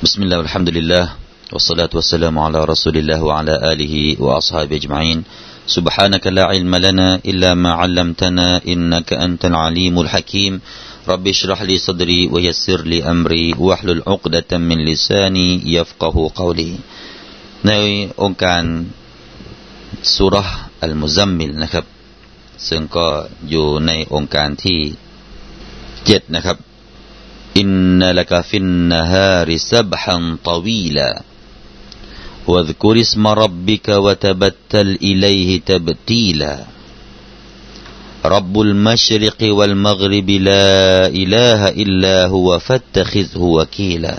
بسم الله والحمد لله والصلاة والسلام على رسول الله وعلى آله وأصحابه أجمعين سبحانك لا علم لنا إلا ما علمتنا إنك أنت العليم الحكيم رب اشرح لي صدري ويسر لي أمري واحلل عقدة من لساني يفقه قولي ในองค์การซูเราะห์อัลมุซัมมิลนะครับซึ่งก็อยู่ในองค์การที่7นะครับอินนัลกะฟินนะฮาริซับฮันฏอวีลาวะซกุรอิสมะร็อบบิกะวะตะบัตตัลอิลัยฮิตับตีลาرب المشرق والمغرب لا إله إلا هو فاتخذه وكيلا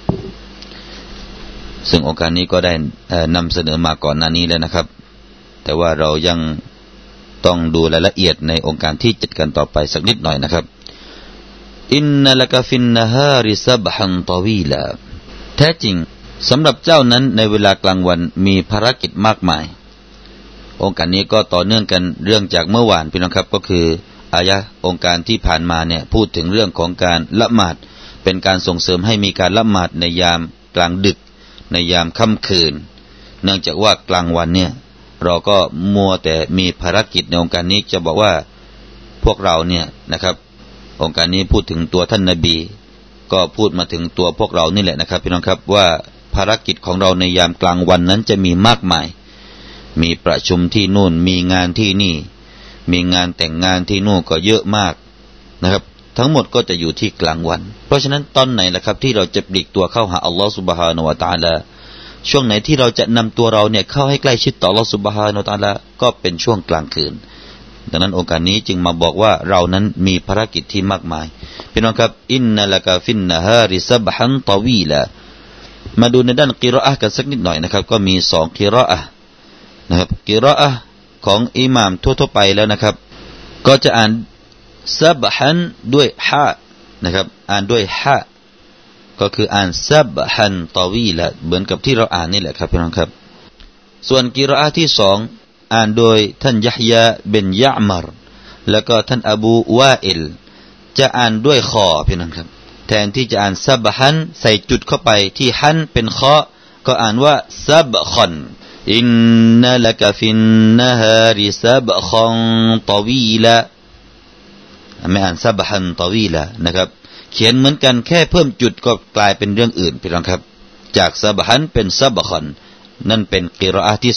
ซึ่งองค์การนี้ก็ได้นำเสนอมาก่อนหน้านี้แล้วนะครับแต่ว่าเรายังต้องดูรายละเอียดในองค์การที่7กันต่อไปสักนิดหน่อยนะครับอินนัลกะฟินนะฮาริซับฮันฏอวีลาแท้จริงสำหรับเจ้านั้นในเวลากลางวันมีภารกิจมากมายองค์การนี้ก็ต่อเนื่องกันเรื่องจากเมื่อวานพี่น้องครับก็คืออายะห์องค์การที่ผ่านมาเนี่ยพูดถึงเรื่องของการละหมาดเป็นการส่งเสริมให้มีการละหมาดในยามกลางดึกในยามค่ำคืนเนื่องจากว่ากลางวันเนี่ยเราก็มัวแต่มีภารกิจในองค์การนี้จะบอกว่าพวกเราเนี่ยนะครับองค์การนี้พูดถึงตัวท่านนบีก็พูดมาถึงตัวพวกเรานี่แหละนะครับพี่น้องครับว่าภารกิจของเราในยามกลางวันนั้นจะมีมากมายมีประชุมที่นู่นมีงานที่นี่มีงานแต่งงานที่นู่นก็เยอะมากนะครับทั้งหมดก็จะอยู่ที่กลางวันเพราะฉะนั้นตอนไหนล่ะครับที่เราจะปลีกตัวเข้าหาอัลลอฮฺซุบฮานะฮูวะตะอาลาช่วงไหนที่เราจะนำตัวเราเนี่ยเข้าให้ใกล้ชิดต่ออัลลอฮฺซุบฮานะฮูวะตะอาลาก็เป็นช่วงกลางคืนดังนั้นองค์การนี้จึงมาบอกว่าเรานั้นมีภารกิจที่มากมายพี่น้องครับอินนัลกะฟินนะฮาริซับฮันฏอวีลามาดูในด้านกิรออะห์กันสักนิดหน่อยนะครับก็มี2กิรออะห์นะครับกิรออะห์ของอิหม่ามทั่วๆไปแล้วนะครับก็จะอ่านซับฮันด้วยฮะนะครับอ่านด้วยฮะก็คืออ่านซับฮันฏอวีลาเหมือนกับที่เราอ่านนี่แหละครับพี่น้องครับส่วนกิรออะห์ที่2อ่านโดยท่านยะฮยาบินยะมัรแล้วก็ท่านอบูวาอิลจะอ่านด้วยคอพี่น้องครับแทนที่จะอ่านซับฮันใส่จุดเข้าไปที่ฮันเป็นคอก็อ่านว่าซับคอนอินนัลกะฟินนะฮาริซับคอนฏอวีลาไม่อ่านซับฮันฏอวีลานะครับเขียนเหมือนกันแค่เพิ่มจุดก็กลายเป็นเรื่องอื่นพี่น้องครับจากซับฮันเป็นซับคอนนั่นเป็นกิรออะห์ที่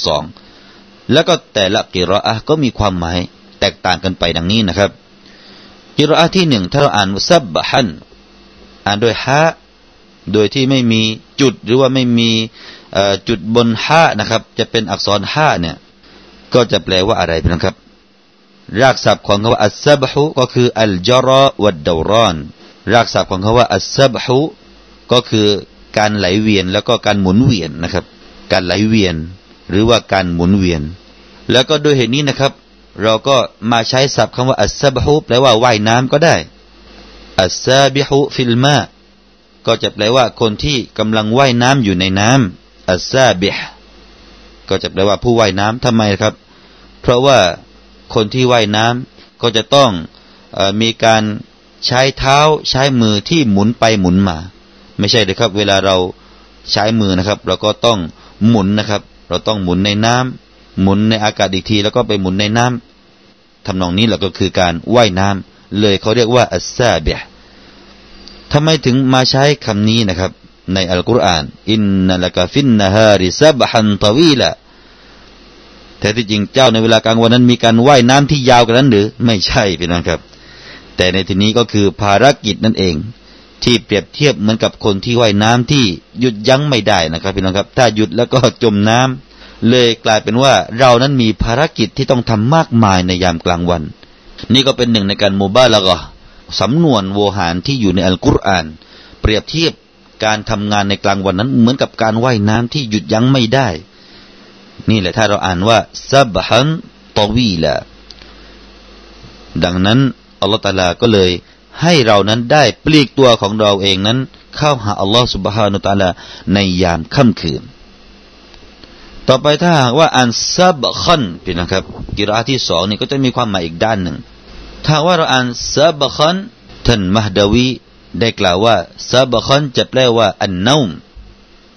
2แล้วก็แต่ละกิรออะห์ก็มีความหมายแตกต่างกันไปดังนี้นะครับกิรออะห์ที่1ถ้าเราอ่านซับฮันอ่านด้วยฮะโดยที่ไม่มีจุดหรือว่าไม่มีจุดบนฮะนะครับจะเป็นอักษรฮะเนี่ยก็จะแปลว่าอะไรพี่น้องครับรากศัพท์ของคำว่าอัสซับฮุก็คืออัลจาราวัดดาวรอนรากศัพท์ของคำว่าอัสซับฮุก็คือการไหลเวียนแล้วก็การหมุนเวียนนะครับการไหลเวียนหรือว่าการหมุนเวียนแล้วก็ด้วยเหตุนี้นะครับเราก็มาใช้ศัพท์คำว่าอัสซับฮุแปลว่าว่ายน้ำก็ได้อัสซาบิฮุฟิลมาก็จะแปลว่าคนที่กำลังว่ายน้ำอยู่ในน้ำอัสซาบิฮก็จะแปลว่าผู้ว่ายน้ำทำไมครับเพราะว่าคนที่ว่ายน้ำก็จะต้องมีการใช้เท้าใช้มือที่หมุนไปหมุนมาไม่ใช่เลยครับเวลาเราใช้มือนะครับเราก็ต้องหมุนนะครับเราต้องหมุนในน้ำหมุนในอากาศอีกทีแล้วก็ไปหมุนในน้ำทำนองนี้แหละก็คือการว่ายน้ำเลยเขาเรียกว่าอัสซาบิฮทำไมถึงมาใช้คำนี้นะครับในอัลกุรอานอินนัลกะฟินนะฮาริซับฮันฏอวีลาแต่ที่จริงเจ้าในเวลากลางวันนั้นมีการว่ายน้ำที่ยาวกว่านั้นหรือไม่ใช่พี่น้องครับแต่ในที่นี้ก็คือภารกิจนั่นเองที่เปรียบเทียบเหมือนกับคนที่ว่ายน้ำที่หยุดยั้งไม่ได้นะครับพี่น้องครับถ้าหยุดแล้วก็จมน้ำเลยกลายเป็นว่าเรานั้นมีภารกิจที่ต้องทำมากมายในยามกลางวันนี่ก็เป็นหนึ่งในการมุบาละกะห์สำนวนโวหารที่อยู่ในอัลกุรอานเปรียบเทียบการทำงานในกลางวันนั้นเหมือนกับการว่ายน้ำที่หยุดยั้งไม่ได้นี่แหละถ้าเราอ่านว่าซับฮันฏอวีลาดังนั้นอัลลอฮฺตะอาลาก็เลยให้เรานั้นได้ปลีกตัวของเราเองนั้นเข้าหาอัลลอฮฺซุบฮานะฮูวะตะอาลาในยามค่ำคืนต่อไปถ้าหากว่าอ่านซับคันพี่นะครับกิรออะห์ที่2นี่ก็จะมีความหมายอีกด้านหนึ่งถ้าว่าเราอ่านซับคันท่านมะฮดาวีได้กล่าวว่าซับคันจะแปลว่าอันเนา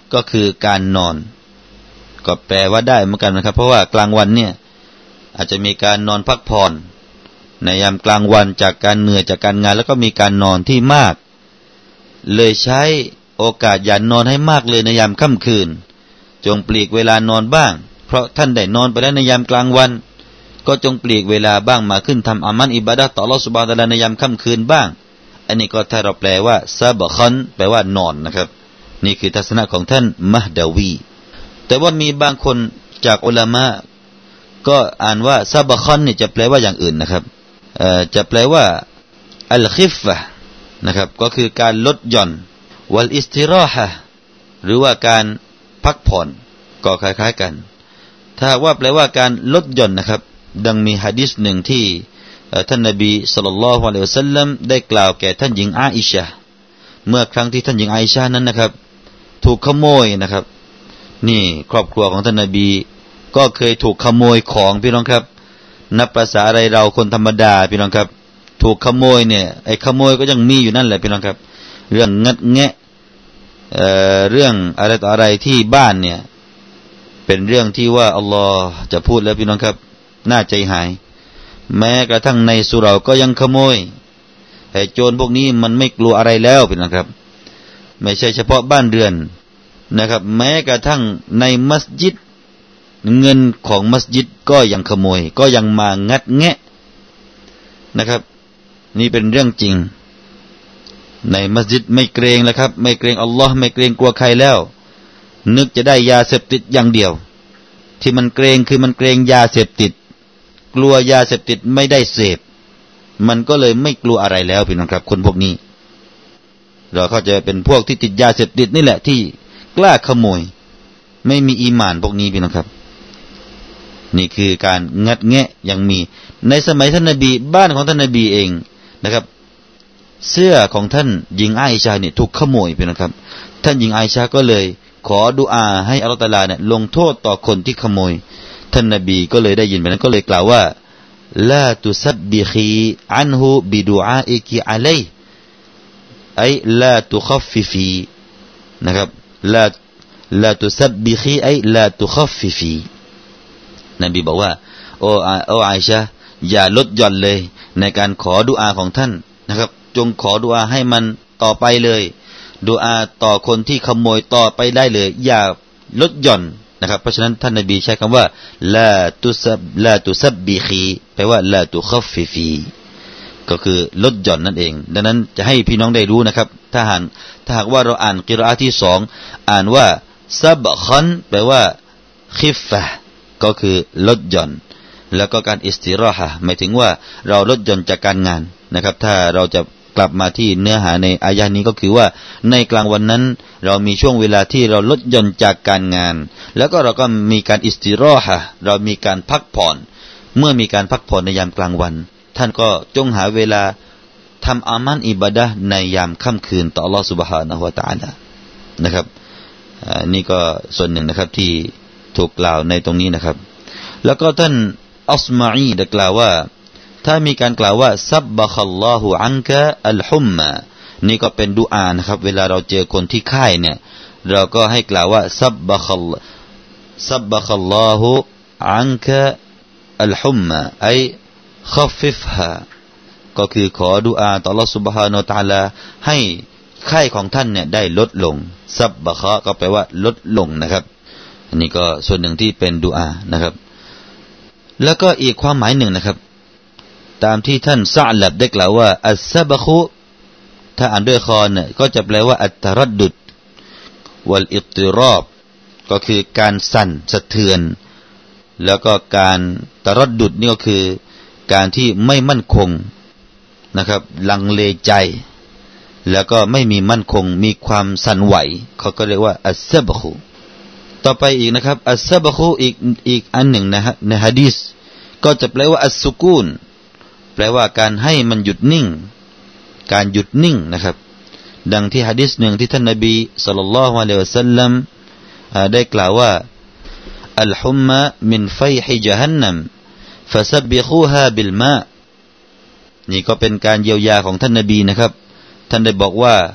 ก็คือการนอนก็แปลว่าได้เหมือนกันนะครับเพราะว่ากลางวันเนี่ยอาจจะมีการนอนพักผ่อนในยามกลางวันจากการเหนื่อยจากการงานแล้วก็มีการนอนที่มากเลยใช้โอกาสอย่านอนให้มากเลยในยามค่ำคืนจงปลีกเวลานอนบ้างเพราะท่านได้นอนไปแล้วในยามกลางวันก็จงปลีกเวลาบ้างมาขึ้นทำอามัลอิบาดะห์ต่ออัลเลาะห์ซุบฮานะฮูวะตะอาลาในยามค่ำคืนบ้างอันนี้ก็ถ้าเราแปลว่าซะบะคันแปลว่านอนนะครับนี่คือทัศนะของท่านมะห์ดาวีแต่ว่ามีบางคนจากอุลามะก็อ่านว่าซะบะคันนี่จะแปลว่าอย่างอื่นนะครับจะแปลว่าอัลคิฟฟะนะครับก็คือการลดหย่อนวัลอิสติราฮะหรือว่าการพักผ่อนก็คล้ายๆกันถ้าว่าแปลว่าการลดหย่อนนะครับดังมีหะดีษหนึ่งที่ท่านนบีศ็อลลัลลอฮุอะลัยฮิวะซัลลัมได้กล่าวแก่ท่านหญิงอาอิชะห์เมื่อครั้งที่ท่านหญิงอาอิชะห์นั้นนะครับถูกขโมยนะครับนี่ครอบครัวของท่านนบีก็เคยถูกขโมยของพี่น้องครับนับภาษาอะไรเราคนธรรมดาพี่น้องครับถูกขโมยเนี่ยไอ้ขโมยก็ยังมีอยู่นั่นแหละพี่น้องครับเรื่องงัดแงะเรื่องอะไรต่ออะไรที่บ้านเนี่ยเป็นเรื่องที่ว่าอัลลอฮ์จะพูดแล้วพี่น้องครับน่าใจหายแม้กระทั่งในสุเราก็ยังขโมยไอ้โจรพวกนี้มันไม่กลัวอะไรแล้วพี่น้องครับไม่ใช่เฉพาะบ้านเรือนนะครับแม้กระทั่งในมัสยิดเงินของมัสยิดก็ยังขโมยก็ยังมางัดแงะนะครับนี่เป็นเรื่องจริงในมัสยิดไม่เกรงแล้วครับไม่เกรงอัลลอฮ์ไม่เกรงกลัวใครแล้วนึกจะได้ยาเสพติดอย่างเดียวที่มันเกรงคือมันเกรงยาเสพติดกลัวยาเสพติดไม่ได้เสพมันก็เลยไม่กลัวอะไรแล้วพี่น้องครับคนพวกนี้เราเข้าใจเป็นพวกที่ติดยาเสพติดนี่แหละที่กล้าขโมยไม่มีอีหม่านพวกนี้พี่น้องครับนี่คือการงัดแงะยังมีในสมัยท่านนบีบ้านของท่านนบีเองนะครับเสื้อของท่านหญิงอาอิชะห์เนี่ยถูกขโมยพี่น้องครับท่านหญิงอาอิชะห์ก็เลยขอดุอาให้อัลเลาะห์ตะอาลาเนี่ยลงโทษต่อคนที่ขโมยท่านนบีก็เลยได้ยินแบบนั้นก็เลยกล่าวว่าลาตุซับบิคีอันฮุบิดุอาอิกิอะลัยไอลาตุคัฟฟิฟีนะครับลาตุซับบิคีไอลาตุคัฟฟิฟีนบีบอกว่าโอ้อาอิชะห์อย่าลดหย่อนเลยในการขอดุอาของท่านนะครับจงขอดุอาให้มันต่อไปเลยดุอาต่อคนที่ขโมยต่อไปได้เลยอย่าลดหย่อนนะครับเพราะฉะนั้นท่านนบีใช้คำว่าลาตุซับบิคีแปลว่าลาตุคัฟฟิฟีก็คือลดหย่อนนั่นเองดังนั้นจะให้พี่น้องได้รู้นะครับถ้าหากว่าเราอ่านกิรออะห์ที่2อ่านว่าซับคันแปลว่าคิฟฟะก็คือลดหย่อนแล้วก็การอิสติราฮะหมายถึงว่าเราลดหย่อนจากการงานนะครับถ้าเราจะกลับมาที่เนื้อหาในอายะห์นี้ก็คือว่าในกลางวันนั้นเรามีช่วงเวลาที่เราลดหย่อนจากการงานแล้วก็เราก็มีการอิสติราฮะเรามีการพักผ่อนเมื่อมีการพักผ่อนในยามกลางวันท่านก็จงหาเวลาทำอามัลอิบาดะห์ในยามค่ำคืนต่ออัลเลาะห์ซุบฮานะฮูวะตะอาลานะครับนี่ก็ส่วนหนึ่งนะครับที่ถูกกล่าวในตรงนี้นะครับแล้วก็ท่านอัศมาอีได้กล่าวว่าถ้ามีการกล่าวว่าซับบะคัลลอฮุอันกะอัลฮุมมะนี่ก็เป็นดุอานะครับเวลาเราเจอคนที่ไข้เนี่ยเราก็ให้กล่าวว่าซับบะคัลลอฮุอันกะอัลฮุมมะไอคัฟฟิฟฮาก็คือขอดุอาต่ออัลเลาะห์ซุบฮานะฮูวะตะอาลาให้ไข้ของท่านเนี่ยได้ลดลงซับบะคะก็แปลว่าลดลงนะครับอันนี้ก็ส่วนหนึ่งที่เป็นดุอานะครับแล้วก็อีกความหมายหนึ่งนะครับตามที่ท่านซะอ์ลับได้กล่าวว่าอัสซะบะคุถ้าอ่านด้วยคอเนี่ยก็จะแปลว่าอัตตะรัดดุดวัลอิฏติรอบก็คือการสั่นสะเทือนแล้วก็การตะรัดดุดนี่ก็คือการที่ไม่มั่นคงนะครับลังเลใจแล้วก็ไม่มีมั่นคงมีความสั่นไหวเขาก็เรียกว่าอัสซะบะคุต่อไปอีกนะครับอัสซะบะคุอีกอันหนึ่งนะฮะในหะดีษก็จะแปลว่าอัสซุกูนแปลว่าการให้มันหยุดนิ่งการหยุดนิ่งนะครับดังที่หะดีษหนึ่งที่ท่านนบีศ็อลลัลลอฮุอะลัยฮิวะซัลลัมได้กล่าวว่าอัลฮุมมะมินไฟฮิญะฮันนัมฟะซับบิคูฮาบิลมานี่ก็เป็นการเยียวยาของท่านนบีนะครับท่านได้บอกว่า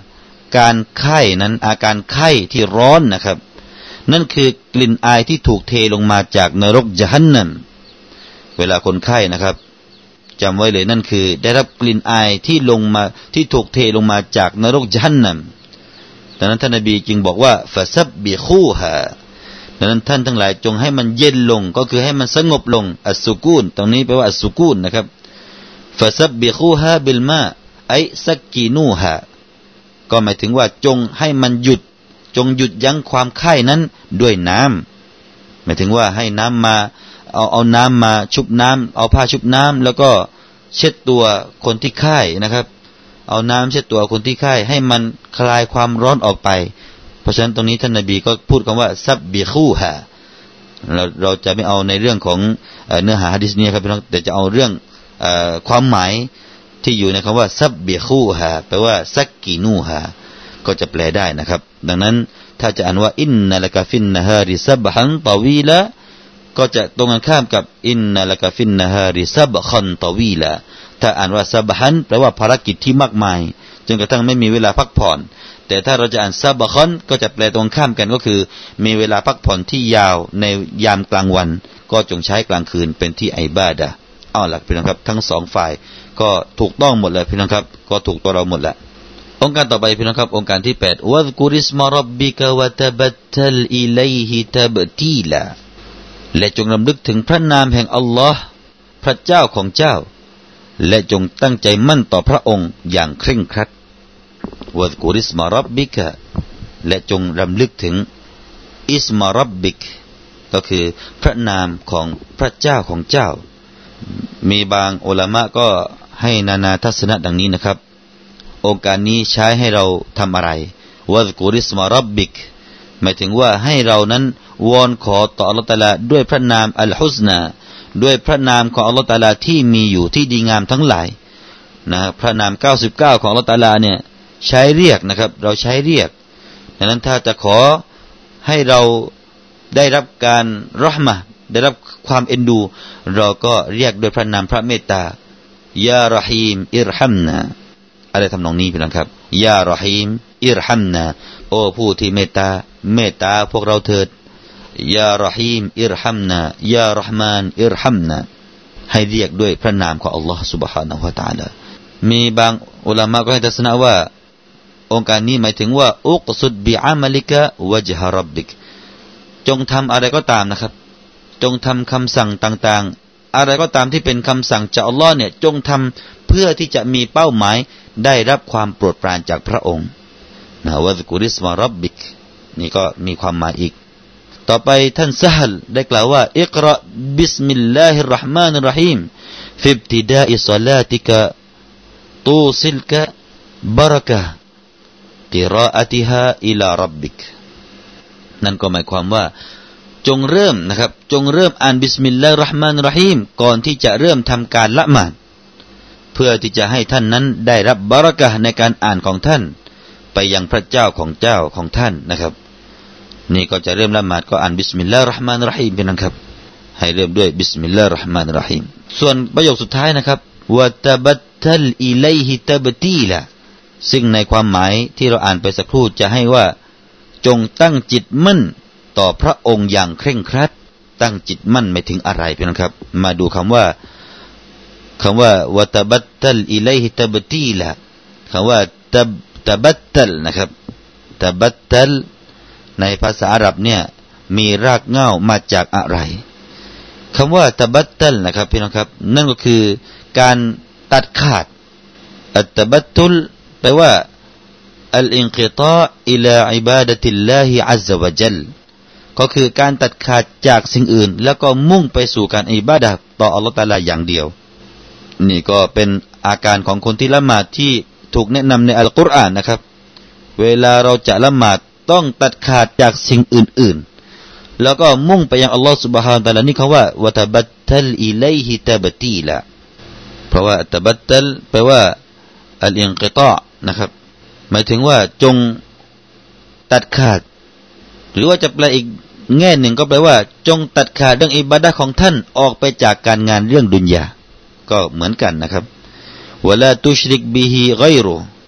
การไข้นั้นอาการไข้ที่ร้อนนะครับนั่นคือกลิ่นอายที่ถูกเทลงมาจากนรกญะฮันนัมเวลาคนไข้นะครับจำไว้เลยนั่นคือได้รับกลิ่นอายที่ลงมาที่ถูกเทลงมาจากนรกญะฮันนัมดังนั้นท่านนบีจึงบอกว่าฟะซับบิคูฮาดังนั้นท่านทั้งหลายจงให้มันเย็นลงก็คือให้มันสงบลงอัสซุกูนตรงนี้แปลว่าอัสซุกูนนะครับฟะซับบิคูฮาบิลมาไอซักกีนูฮาก็หมายถึงว่าจงให้มันหยุดจงหยุดยั้งความไข้นั้นด้วยน้ำหมายถึงว่าให้น้ำมาเอาน้ำมาชุบน้ำเอาผ้าชุบน้ำแล้วก็เช็ดตัวคนที่ไข้นะครับเอาน้ำเช็ดตัวคนที่ไข้ให้มันคลายความร้อนออกไปเพราะฉะนั้นตรงนี้ท่านนบีก็พูดคำว่าซับบิคูฮาเราจะไม่เอาในเรื่องของเนื้อหาหะดีษนี้ครับพี่น้องแต่จะเอาเรื่องความหมายที่อยู่ในคำว่าซับบิคูฮาแปลว่าซักกีนูฮาก็จะแปลได้นะครับดังนั้นถ้าจะอ่านว่าอินนัลกะฟินนะฮาริซับฮันตอวีละก็จะตรงกันข้ามกับอินนัลกะฟินนะฮาริซับคันตอวีละถ้าอ่านว่าซับฮันแปลว่าภารกิจที่มากมายจนกระทั่งไม่มีเวลาพักผ่อนแต่ถ้าเราจะอ่านซับคันก็จะแปลตรงข้ามกันก็คือมีเวลาพักผ่อนที่ยาวในยามกลางวันก็จงใช้กลางคืนเป็นที่อิบาดะห์เอาล่ะพี่น้องครับทั้งสองฝ่ายก็ถูกต้องหมดเลยพี่น้องครับก็ถูกตัวเราหมดแหละองค์การต่อไปพี่น้องครับองค์การที่8วัซกุริสมะร็อบบิกะวะตะบัตตัลอิลัยฮิตับตีลาและจงรำลึกถึงพระนามแห่งอัลลอฮ์พระเจ้าของเจ้าและจงตั้งใจมั่นต่อพระองค์อย่างเคร่งครัดวัซกุริสมะร็อบบิกะและจงรำลึกถึงอิสมะร็อบบิกก็คือพระนามของพระเจ้าของเจ้ามีบางอุลามะก็ให้นานาทัศนะดังนี้นะครับองค์การนี้ใช้ให้เราทำอะไรวัซกุริสมะร็อบบิกหมายถึงว่าให้เรานั้นวอนขอต่ออัลเลาะห์ตะอาลาด้วยพระนามอัลฮุสนาด้วยพระนามของอัลเลาะห์ตะอาลาที่มีอยู่ที่ดีงามทั้งหลายนะพระนาม99ของอัลเลาะห์ตะอาลาเนี่ยใช้เรียกนะครับเราใช้เรียกดังนั้นถ้าจะขอให้เราได้รับการเราะห์มะห์ได้รับความเอ็นดูเราก็เรียกด้วยพระนามพระเมตตายาเราะฮีมอิรฮัมนาอะไรทำนองนี้พี่น้องครับยาเราะฮีมอิรฮัมนาโอ้ผู้ที่เมตตาพวกเราเถิดยาเราะฮีมอิรฮัมนายาเราะห์มานอิรฮัมนาให้เรียกด้วยพระนามของอัลลอฮฺ سبحانه และ تعالى มีบางอุลามะก็ให้ทัศนะว่าองค์การนี้หมายถึงว่าอุกซุดบิอามัลิกะวะจฮะร็อบบิกจงทำอะไรก็ตามนะครับจงทำคำสั่งต่างๆอะไรก็ตามที่เป็นคำสั่งจากอัลลอฮ์เนี่ยจงทำเพื่อที่จะมีเป้าหมายได้รับความโปรดปรานจากพระองค์นะวัซกุริสมะร็อบบิกนี่ก็มีความหมายอีกต่อไปท่านซะฮลได้กล่าวว่าอิกเราะบิสมิลลาฮิรเราะห์มานิรเราะฮีมฟิอิบติดาอิศอลาติกะตูซิลกะบะเราะกะฮ์กิรออะติฮาอิลาร็อบบิกนั่นก็หมายความว่าจงเริ่มนะครับจงเริ่มอ่านบิสมิลลาฮิรเราะห์มานิรเราะฮีมก่อนที่จะเริ่มทำการละหมาดเพื่อที่จะให้ท่านนั้นได้รับบะเราะกะฮ์ในการอ่านของท่านไปยังพระเจ้าของท่านนะครับนี่ก็จะเริ่มละหมาดก็อ่านบิสมิลลาฮิรเราะห์มานิรเราะฮีมเป็นนะครับให้เริ่มด้วยบิสมิลลาฮิรเราะห์มานิรเราะฮีมส่วนประโยคสุดท้ายนะครับวะตะบัตตัลอิลัยฮิตับตีลาซึ่งในความหมายที่เราอ่านไปสักครู่จะให้ว่าจงตั้งจิตมั่นต่อพระองค์อย่างเคร่งครัดตั้งจิตมั่นหมายถึงอะไรพี่น้องครับมาดูคำว่าวะตะบัตตัลอิลัยฮิตับตีลาคำว่าตะบัตตัลนะครับตะบัตตัลในภาษาอาหรับเนี่ยมีรากเหง้ามาจากอะไรคำว่าตะบัตตัลนะครับพี่น้องครับนั่นก็คือการตัดขาดอัตตะบัตตุลแปลว่าอัลอินกิฏาอิลาอิบาดะติลลาฮิอัซซะวะญัลก็คือการตัดขาดจากสิ่งอื่นแล้วก็มุ่งไปสู่การอิบาดะห์ต่ออัลเลาะห์ตะอาลาอย่างเดียวนี่ก็เป็นอาการของคนที่ละหมาดที่ถูกแนะนำในอัลกุรอานนะครับเวลาเราจะละหมาดต้องตัดขาดจากสิ่งอื่นๆแล้วก็มุ่งไปยังอัลลอฮฺซุบฮานะฮูวะตะอาลานี่เขาว่าวะตะบัตตัลอิลัยฮิตับตีลาเพราะว่าตะบัตตัลแปลว่าอัลอินกิฏานะครับหมายถึงว่าจงตัดขาดหรือว่าจะแปลอีกแง่หนึ่งก็แปลว่าจงตัดขาดเรื่องอิบาดะห์ของท่านออกไปจากการงานเรื่องดุนยาก็เหมือนกันนะครับวะลาตุชริกบิฮิฆอยรุ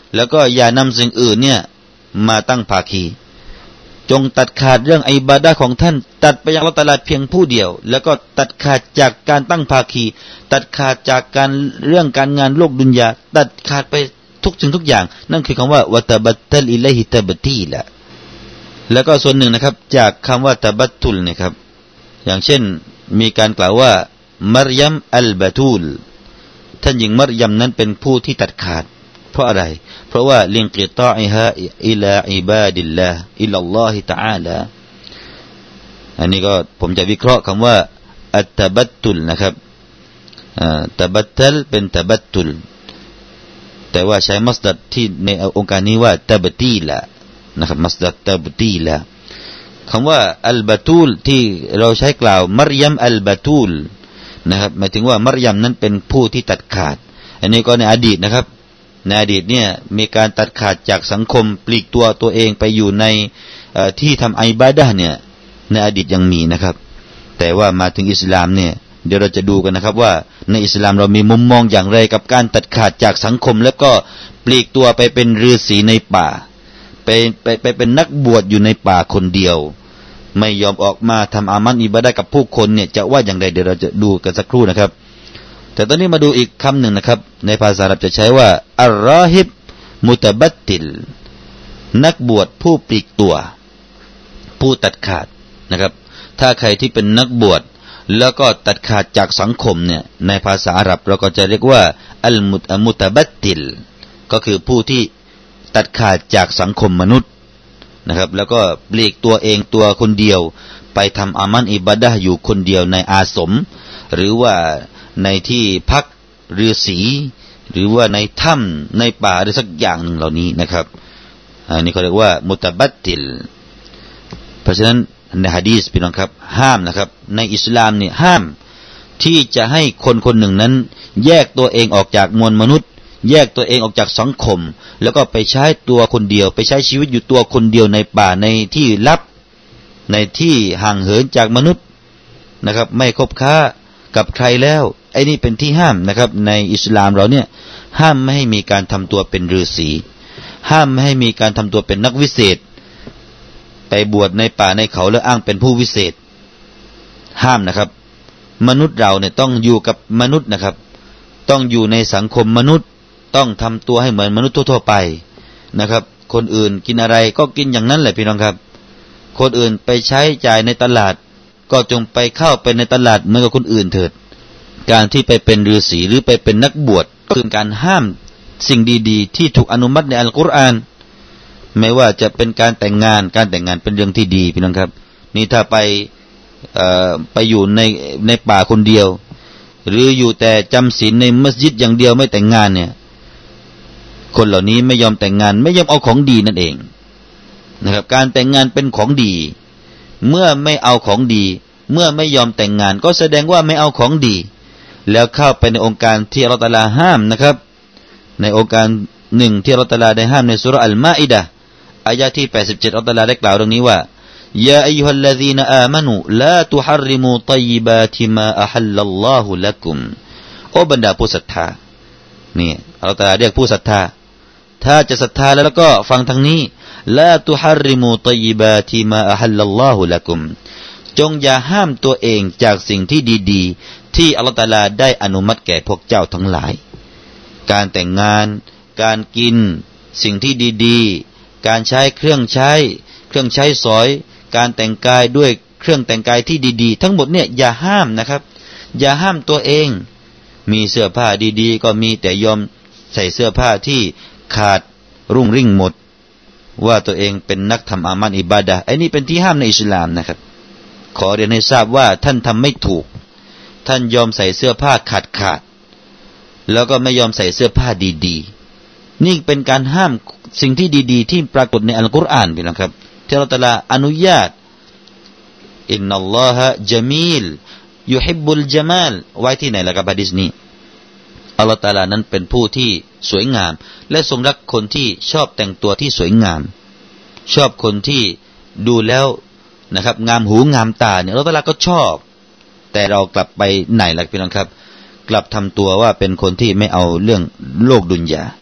แล้วก็อย่านำสิ่งอื่นเนี่ยมาตั้งภาคีจงตัดขาดเรื่องอิบาดะห์ของท่านตัดไปยังอัลเลาะห์ตะอาลาเพียงผู้เดียวแล้วก็ตัดขาดจากการตั้งภาคีตัดขาดจากการเรื่องการงานโลกดุนยาตัดขาดไปทุกสิ่งทุกอย่างนั่นคือคำว่าวะตะบัตตัลอิลัยฮิตะบตีละแล้วก็ส่วนหนึ่งนะครับจากคำว่าตะบัตตุลนะครับอย่างเช่นมีการกล่าวว่ามารยัมอัลบะตูลท่านหญิงมารยัมนั้นเป็นผู้ที่ตัดขาดเพราะอะไรเพราะว่าลินกิตาอิฮาอิลาอิบาดิลลาห์อิลลัลลอฮิตะอาลาอันนี้ก็ผมจะวิเคราะห์คำว่าอัตตะบัตตุลนะครับตะบัตตัลเป็นตะบัตตุลแต่ว่าใช้มัสดัรที่ในองค์การนี้ว่าตะบตีละนะครับมัสดัรตะบตีละคำว่าอัลบะตูลที่เราใช้กล่าวมารยัมอัลบะตูลนะครับหมายถึงว่ามารยัมนั้นเป็นผู้ที่ตัดขาดอันนี้ก็ในอดีตนะครับในอดีตเนี่ยมีการตัดขาดจากสังคมปลีกตัวเองไปอยู่ในที่ทำอิบาดะห์เนี่ยในอดีตยังมีนะครับแต่ว่ามาถึงอิสลามเนี่ยเดี๋ยวเราจะดูกันนะครับว่าในอิสลามเรามีมุมมองอย่างไรกับการตัดขาดจากสังคมแล้วก็ปลีกตัวไปเป็นฤาษีในป่าไปเป็นนักบวชอยู่ในป่าคนเดียวไม่ยอมออกมาทำอามัลอิบาดะห์กับผู้คนเนี่ยจะว่าอย่างไรเดี๋ยวเราจะดูกันสักครู่นะครับแต่ตอนนี้มาดูอีกคำหนึ่งนะครับในภาษาอาหรับจะใช้ว่าอัลรอฮิบมุตะบัตติลนักบวชผู้ปลีกตัวผู้ตัดขาดนะครับถ้าใครที่เป็นนักบวชแล้วก็ตัดขาดจากสังคมเนี่ยในภาษาอาหรับเราก็จะเรียกว่าอัลมุตะบัตติลก็คือผู้ที่ตัดขาดจากสังคมมนุษย์นะครับแล้วก็ปลีกตัวเองตัวคนเดียวไปทำอามัลอิบาดะห์อยู่คนเดียวในอาสมหรือว่าในที่พักฤาษีหรือว่าในถ้ำในป่าหรือสักอย่างหนึ่งเหล่านี้นะครับอันนี้เขาเรียกว่ามุตะบัตติลเพราะฉะนั้นในหะดีษพี่น้องครับห้ามนะครับในอิสลามเนี่ยห้ามที่จะให้คนคนหนึ่งนั้นแยกตัวเองออกจากมวลมนุษย์แยกตัวเองออกจากสังคมแล้วก็ไปใช้ตัวคนเดียวไปใช้ชีวิตอยู่ตัวคนเดียวในป่าในที่ลับในที่ห่างเหินจากมนุษย์นะครับไม่คบค้ากับใครแล้วไอ้นี่เป็นที่ห้ามนะครับในอิสลามเราเนี่ยห้ามไม่ให้มีการทำตัวเป็นฤาษีห้ามไม่ให้มีการทำตัวเป็นนักวิเศษไปบวชในป่าในเขาแล้วอ้างเป็นผู้วิเศษห้ามนะครับมนุษย์เราเนี่ยต้องอยู่กับมนุษย์นะครับต้องอยู่ในสังคมมนุษย์ต้องทำตัวให้เหมือนมนุษย์ทั่วๆไปนะครับคนอื่นกินอะไรก็กินอย่างนั้นแหละพี่น้องครับคนอื่นไปใช้จ่ายในตลาดก็จงไปเข้าไปในตลาดเหมือนกับคนอื่นเถิดการที่ไปเป็นฤาษีหรือไปเป็นนักบวชก็คือการห้ามสิ่งดีๆที่ถูกอนุมัติในอัลกุรอานไม่ว่าจะเป็นการแต่งงานเป็นเรื่องที่ดีพี่น้องครับนี่ถ้าไปอยู่ในป่าคนเดียวหรืออยู่แต่จำศีลในมัสยิดอย่างเดียวไม่แต่งงานเนี่ยคนเหล่านี้ไม่ยอมแต่งงานไม่ยอมเอาของดีนั่นเองนะครับการแต่งงานเป็นของดีเมื่อไม่เอาของดีเมื่อไม่ยอมแต่งงานก็แสดงว่าไม่เอาของดีแล้วเข้าไปในองค์การที่อัลเลาะห์ตะอาลาห้ามนะครับในองค์การหนึ่งที่อัลเลาะห์ตะอาลาได้ห้ามในซูเราะห์อัลมาอิดะห์อายะห์ที่87อัลเลาะห์ตะอาลาได้กล่าวดังนี้ว่ายาอัยยูฮัลลซีนอามานูลาตุฮัรริมูฏอยยิบาติมาอะฮัลลัลลอฮุละกุมโอ้บรรดาผู้ศรัทธานี่อัลเลาะห์ตะอาลาเรียกผู้ศรัทธาถ้าจะศรัทธาแล้วก็ฟังทางนี้ลาตุฮัรริมูฏอยยิบาติมาอะฮัลลัลลอฮุละกุมจงอย่าห้ามตัวเองจากสิ่งที่ดีๆที่อัลเลาะห์ตะอาลาได้อนุมัติแก่พวกเจ้าทั้งหลายการแต่งงานการกินสิ่งที่ดีๆการใช้เครื่องใช้สอยการแต่งกายด้วยเครื่องแต่งกายที่ดีๆทั้งหมดเนี่ยอย่าห้ามนะครับอย่าห้ามตัวเองมีเสื้อผ้าดีๆก็มีแต่ยอมใส่เสื้อผ้าที่ขาดรุ่งริ่งหมดว่าตัวเองเป็นนักทำอามัลอิบาดะห์ไอ้นี่เป็นที่ห้ามในอิสลามนะครับขอเรียนให้ทราบว่าท่านทำไม่ถูกท่านยอมใส่เสื้อผ้าขาดแล้วก็ไม่ยอมใส่เสื้อผ้าดีๆนี่เป็นการห้ามสิ่งที่ดีๆที่ปรากฏในอัลกุรอานพี่น้องครับที่อัลเลาะห์ตะอาลาอนุญาตอินนัลลอฮะญะมีลยุฮิบบุลญะมาลไว้ที่ไหนล่ะครับหะดีษนี้อัลเลาะห์ตะอาลานั้นเป็นผู้ที่สวยงามและทรงรักคนที่ชอบแต่งตัวที่สวยงามชอบคนที่ดูแล้วนะครับงามหูงามตาเนี่ยอัลเลาะห์ตะอาลาก็ชอบแต่เรากลับไปไหนล่ะพี่น้องครับกลับทำตัวว่าเป็นคนที่ไม่เอาเรื่องโลกดุนยา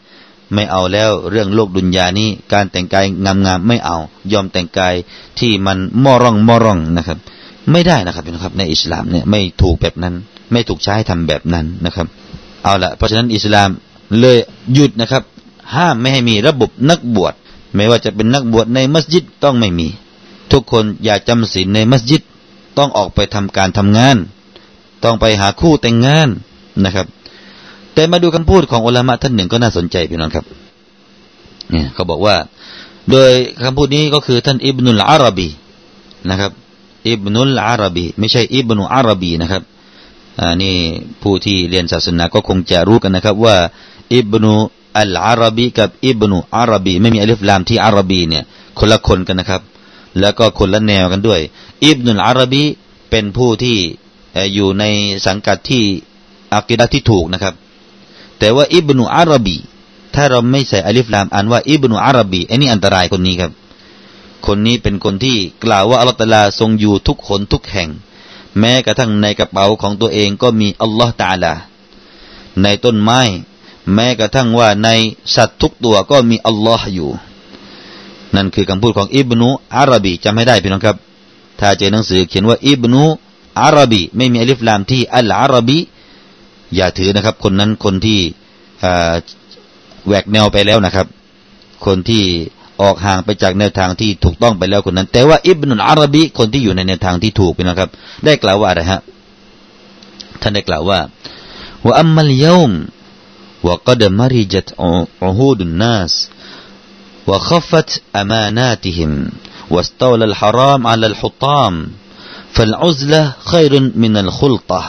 ไม่เอาแล้วเรื่องโลกดุนยานี้การแต่งกายงามๆไม่เอายอมแต่งกายที่มันมอร่องนะครับไม่ได้นะครับพี่น้องครับในอิสลามเนี่ยไม่ถูกแบบนั้นไม่ถูกใช้ทำแบบนั้นนะครับเอาละเพราะฉะนั้นอิสลามเลยหยุดนะครับห้ามไม่ให้มีระบบนักบวชไม่ว่าจะเป็นนักบวชในมัสยิดต้องไม่มีทุกคนอย่าจำศีลในมัสยิดต้องออกไปทำการทำงานต้องไปหาคู่แต่งงานนะครับแต่มาดูคำพูดของอุลามะท่านหนึ่งก็น่าสนใจพี่น้องครับเนี่ยเขาบอกว่าโดยคำพูดนี้ก็คือท่านอิบนุลอาราบีนะครับอิบนุลอาราบีไม่ใช่อิบนุอาราบีนะครับนี่ผู้ที่เรียนศาสนาก็คงจะรู้กันนะครับว่าอิบนุอัลอาราบีกับอิบนุอาราบีไม่มีอลิฟลามที่อาราบีเนี่ยคนละคนกันนะครับแล้วก็คนละแนวกันด้วยอิบนุลอาราบีเป็นผู้ที่อยู่ในสังกัดที่อะกีดะห์ที่ถูกนะครับแต่ว่าอิบนุอาราบีถ้าเราไม่ใส่อลิฟลามอ่านว่าอิบนุอาราบีอันนี้อันตรายคนนี้ครับคนนี้เป็นคนที่กล่าวว่าอัลเลาะห์ตะอาลาทรงอยู่ทุกคนทุกแห่งแม้กระทั่งในกระเป๋าของตัวเองก็มีอัลลอฮ์ตะอาลาในต้นไม้แม้กระทั่งว่าในสัตว์ทุกตัวก็มีอัลลอฮ์อยู่นั่นคือคำพูดของอิบนุอาราบีจำให้ได้พี่น้องครับถ้าเจอหนังสือเขียนว่าอิบนุอาราบีไม่มีอลิฟลามที่อัลอาราบีอย่าถือนะครับคนนั้นคนที่แหวกแนวไปแล้วนะครับคนที่ออกห่างไปจากแนวทางที่ถูกต้องไปแล้วคนนั้นแต่ว่าอิบนุอาราบีคนที่อยู่ในแนวทางที่ถูกพี่น้องครับได้กล่าวว่าอะไรฮะท่านได้กล่าวว่าวะอัมมัลยอมวะกดมะริจัตอุฮูดุนนัสวะคัฟัตอะมานาติฮิมวัสตาวลัลฮารามอะลัลหุฏามفالعزلة خير من الخلطة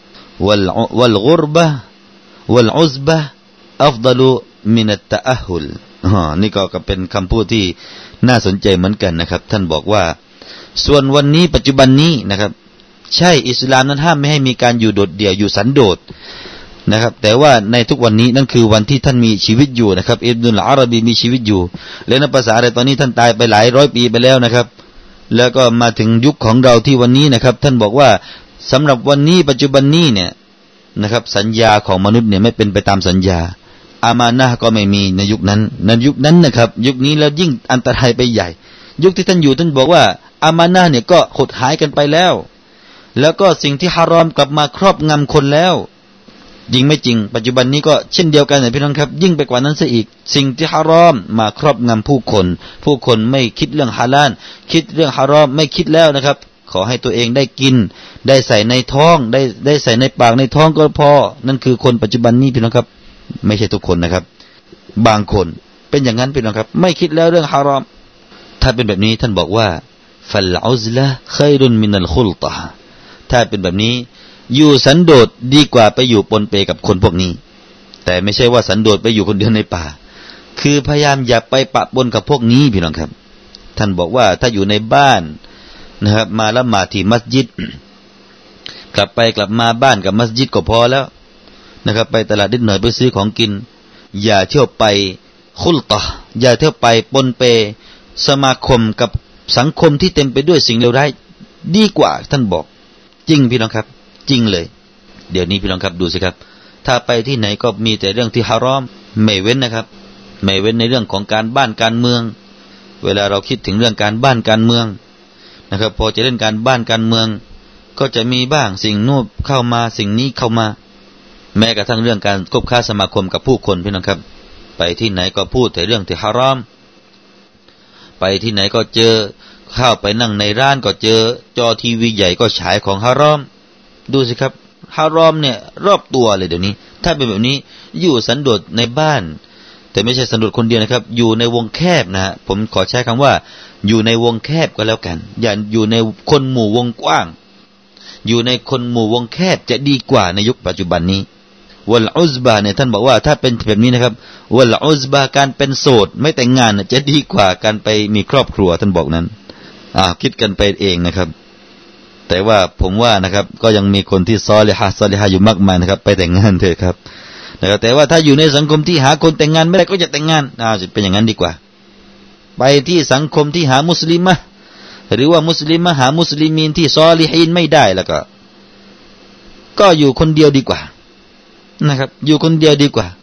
والغربة والعزبة أفضل من التأهل นี่ก็เป็นคำพูดที่น่าสนใจเหมือนกันนะครับท่านบอกว่าส่วนวันนี้ปัจจุบันนี้นะครับใช่อิสลามนั้นห้ามไม่ให้มีการอยู่โดดเดี่ยวอยู่สันโดษนะครับแต่ว่าในทุกวันนี้นั่นคือวันที่ท่านมีชีวิตอยู่นะครับอิบนุลอาราบีมีชีวิตอยู่และในภาษาอะไรตอนนี้ท่านตายไปหลายร้อยปีไปแล้วนะครับแล้วก็มาถึงยุคของเราที่วันนี้นะครับท่านบอกว่าสำหรับวันนี้ปัจจุบันนี้เนี่ยนะครับสัญญาของมนุษย์เนี่ยไม่เป็นไปตามสัญญาอามานะห์ก็ไม่มีในยุคนั้นนะครับยุคนี้แล้วยิ่งอันตรายไปใหญ่ยุคที่ท่านอยู่ท่านบอกว่าอามานะห์เนี่ยก็หดหายกันไปแล้วแล้วก็สิ่งที่ฮารอมกลับมาครอบงำคนแล้วจริงไม่จริงปัจจุบันนี้ก็เช่นเดียวกันนะพี่น้องครับยิ่งไปกว่านั้นซะอีกสิ่งที่ฮารอมมาครอบงำผู้คนไม่คิดเรื่องฮาลาลคิดเรื่องฮารอมไม่คิดแล้วนะครับขอให้ตัวเองได้กินได้ใส่ในท้องได้ใส่ในปากในท้องก็พอนั่นคือคนปัจจุบันนี้พี่น้องครับไม่ใช่ทุกคนนะครับบางคนเป็นอย่างนั้นพี่น้องครับไม่คิดแล้วเรื่องฮารอมถ้าเป็นแบบนี้ท่านบอกว่าฟัลอุซละขัยรุนมินัลคุลตะถ้าเป็นแบบนี้อยู่สันโดษดีกว่าไปอยู่ปนเปกับคนพวกนี้แต่ไม่ใช่ว่าสันโดษไปอยู่คนเดียวในป่าคือพยายามอย่าไปปะปนกับพวกนี้พี่น้องครับท่านบอกว่าถ้าอยู่ในบ้านนะครับมาละหมาดที่มัสยิดกลับไปกลับมาบ้านกับมัสยิดก็พอแล้วนะครับไปตลาดนิดหน่อยไปซื้อของกินอย่าเที่ยวไปคุลตะอย่าเที่ยวไปปนเปสมาคมกับสังคมที่เต็มไปด้วยสิ่งเลวร้ายดีกว่าท่านบอกจริงพี่น้องครับจริงเลยเดี๋ยวนี้พี่น้องครับดูสิครับถ้าไปที่ไหนก็มีแต่เรื่องที่ฮารอมไม่เว้นนะครับไม่เว้นในเรื่องของการบ้านการเมืองเวลาเราคิดถึงเรื่องการบ้านการเมืองนะครับพอจะเล่นการบ้านการเมืองก็จะมีบ้างสิ่งนู้นเข้ามาสิ่งนี้เข้ามาแม้กระทั่งเรื่องการคบค้าสมาคมกับผู้คนพี่น้องครับไปที่ไหนก็พูดแต่เรื่องที่ฮารอมไปที่ไหนก็เจอเข้าไปนั่งในร้านก็เจอจอทีวีใหญ่ก็ฉายของฮารอมดูสิครับฮารอมเนี่ยรอบตัวเลยเดี๋ยวนี้ถ้าเป็นแบบนี้อยู่สันโดษในบ้านแต่ไม่ใช่สันโดษคนเดียวนะครับอยู่ในวงแคบนะฮะผมขอใช้คำว่าอยู่ในวงแคบก็แล้วกันอย่าอยู่ในคนหมู่วงกว้างอยู่ในคนหมู่วงแคบจะดีกว่าในยุคปัจจุบันนี้วัลอุซบะเนี่ยท่านบอกว่าถ้าเป็นแบบนี้นะครับวัลอุซบะการเป็นโสดไม่แต่งงานจะดีกว่าการไปมีครอบครัวท่านบอกนั้นคิดกันไปเองนะครับแต่ว่าผมว่านะครับก็ยังมีคนที่ซอลิฮะอยู่มากมายนะครับไปแต่งงานเถอะครับนะครับแต่ว่าถ้าอยู่ในสังคมที่หาคนแต่งงานไม่ได้ก็จะแต่งงานจะเป็นอย่างนั้นดีกว่าไปที่สังคมที่หามุสลิมะหรือว่ามุสลิมะหามุสลิมีนที่ซอลิฮีนไม่ได้แล้วก็อยู่คนเดียวดีกว่านะครับอยู่คนเดียวดีกว่า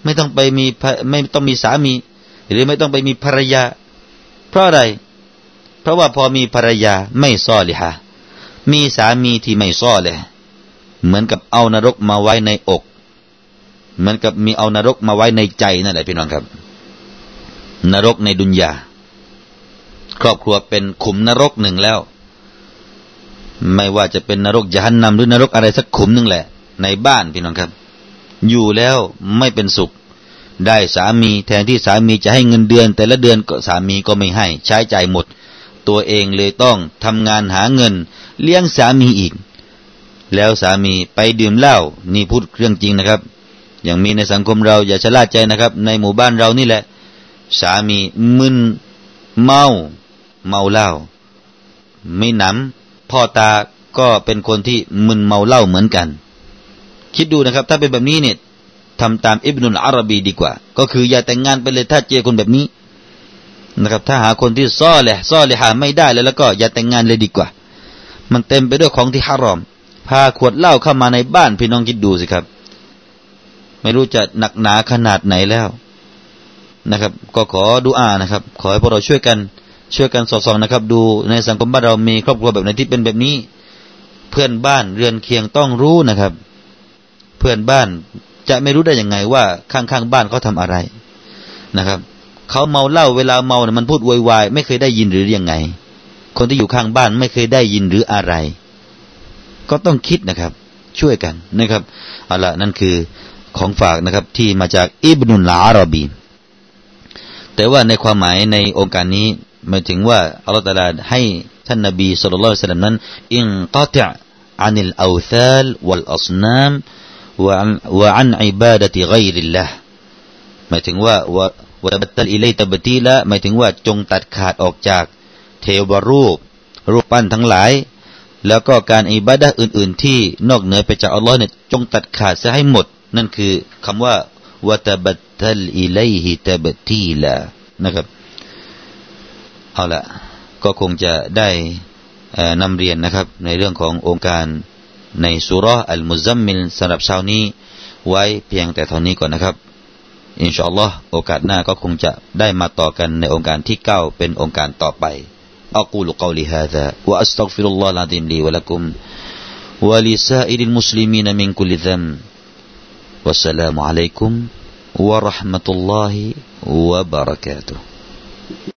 ไม่ต้องมีสามีหรือไม่ต้องไปมีภรรยาเพราะอะไรเพราะว่าพอมีภรรยาไม่ซอลิฮะมีสามีที่ไม่ซอลิฮ์เหมือนกับเอานรกมาไว้ในอกเหมือนกับมีเอานรกมาไว้ในใจนั่นแหละพี่น้องครับนรกในดุนยาครอบครัวเป็นขุมนรกหนึ่งแล้วไม่ว่าจะเป็นนรกยะฮันนัมหรือนรกอะไรสักขุมหนึ่งแหละในบ้านพี่น้องครับอยู่แล้วไม่เป็นสุขได้สามีแทนที่สามีจะให้เงินเดือนแต่ละเดือนก็สามีก็ไม่ให้ใช้จ่ายหมดตัวเองเลยต้องทำงานหาเงินเลี้ยงสามีอีกแล้วสามีไปดื่มเหล้านี่พูดเรื่องจริงนะครับอย่างมีในสังคมเราอย่าชะล่าใจนะครับในหมู่บ้านเรานี่แหละสามีมึนเมาเหล้าไม่หนำพ่อตาก็เป็นคนที่มึนเมาเหล้าเหมือนกันคิดดูนะครับถ้าเป็นแบบนี้เนี่ยทำตามอิบนุลอาราบีดีกว่าก็คืออย่าแต่งงานไปเลยถ้าเจอคนแบบนี้นะครับถ้าหาคนที่ซ้อลิฮะไม่ได้แล้วก็อย่าแต่งงานเลยดีกว่ามันเต็มไปด้วยของที่ฮารอมพาขวดเหล้าเข้ามาในบ้านพี่น้องคิดดูสิครับไม่รู้จะหนักหนาขนาดไหนแล้วนะครับก็ขอดุอานะครับขอให้พวกเราช่วยกันสอดส่องนะครับดูในสังคมบ้านเรามีครอบครัวแบบไหนที่เป็นแบบนี้เพื่อนบ้านเรือนเคียงต้องรู้นะครับเพื่อนบ้านจะไม่รู้ได้ยังไงว่าข้างๆบ้านเขาทำอะไรนะครับเขาเมาเหล้าเวลาเมาเนี่ยมันพูดโวยวายไม่เคยได้ยินหรือยังไงคนที่อยู่ข้างบ้านไม่เคยได้ยินหรืออะไรก็ต้องคิดนะครับช่วยกันนะครับเอาละนั่นคือของฝากนะครับที่มาจากอิบนุลอาราบีแต่ว่าในความหมายในองค์การนี้หมายถึงว่าอัลเลาะห์ตะอาลาให้ท่านนบีศ็อลลัลลอฮุอะลัยฮิวะซัลลัมนั้นอินกอติอ์อานิลเอาซาลวัลอัศนามวะอันอิบาดะติฆอยริลลาห์หมายถึงว่าวะตับตัลอิลัยตับตีละหมายถึงว่าจงตัดขาดออกจากเทวรูปปั้นทั้งหลายแล้วก็การอิบาดะห์อื่นๆที่นอกเหนือไปจากอัลเลาะห์เนี่ยจงตัดขาดซะให้หมดนั่นคือคำว่าวะตับตัลอิลัยฮิตับตีละนะครับเอาละก็คงจะได้นำเรียนนะครับในเรื่องขององค์การในซูเราะห์อัลมุซัมมิลสำหรับเช้านี้ไว้เพียงแต่เท่านี้ก่อนนะครับอินชาอัลลอฮ์โอกาสหน้าก็คงจะได้มาต่อกันในองค์การที่9เป็นองค์การต่อไปอะกูลุกอลิฮาซาวะอัสตัฆฟิรุลลอฮะลอะซีมลีวะละกุมวะลิซาอิริลมุสลิมีนมินกุลิซัมวัสสลามุอะลัยกุมวะเราะห์มะตุลลอฮิวะบะเราะกาตุฮ์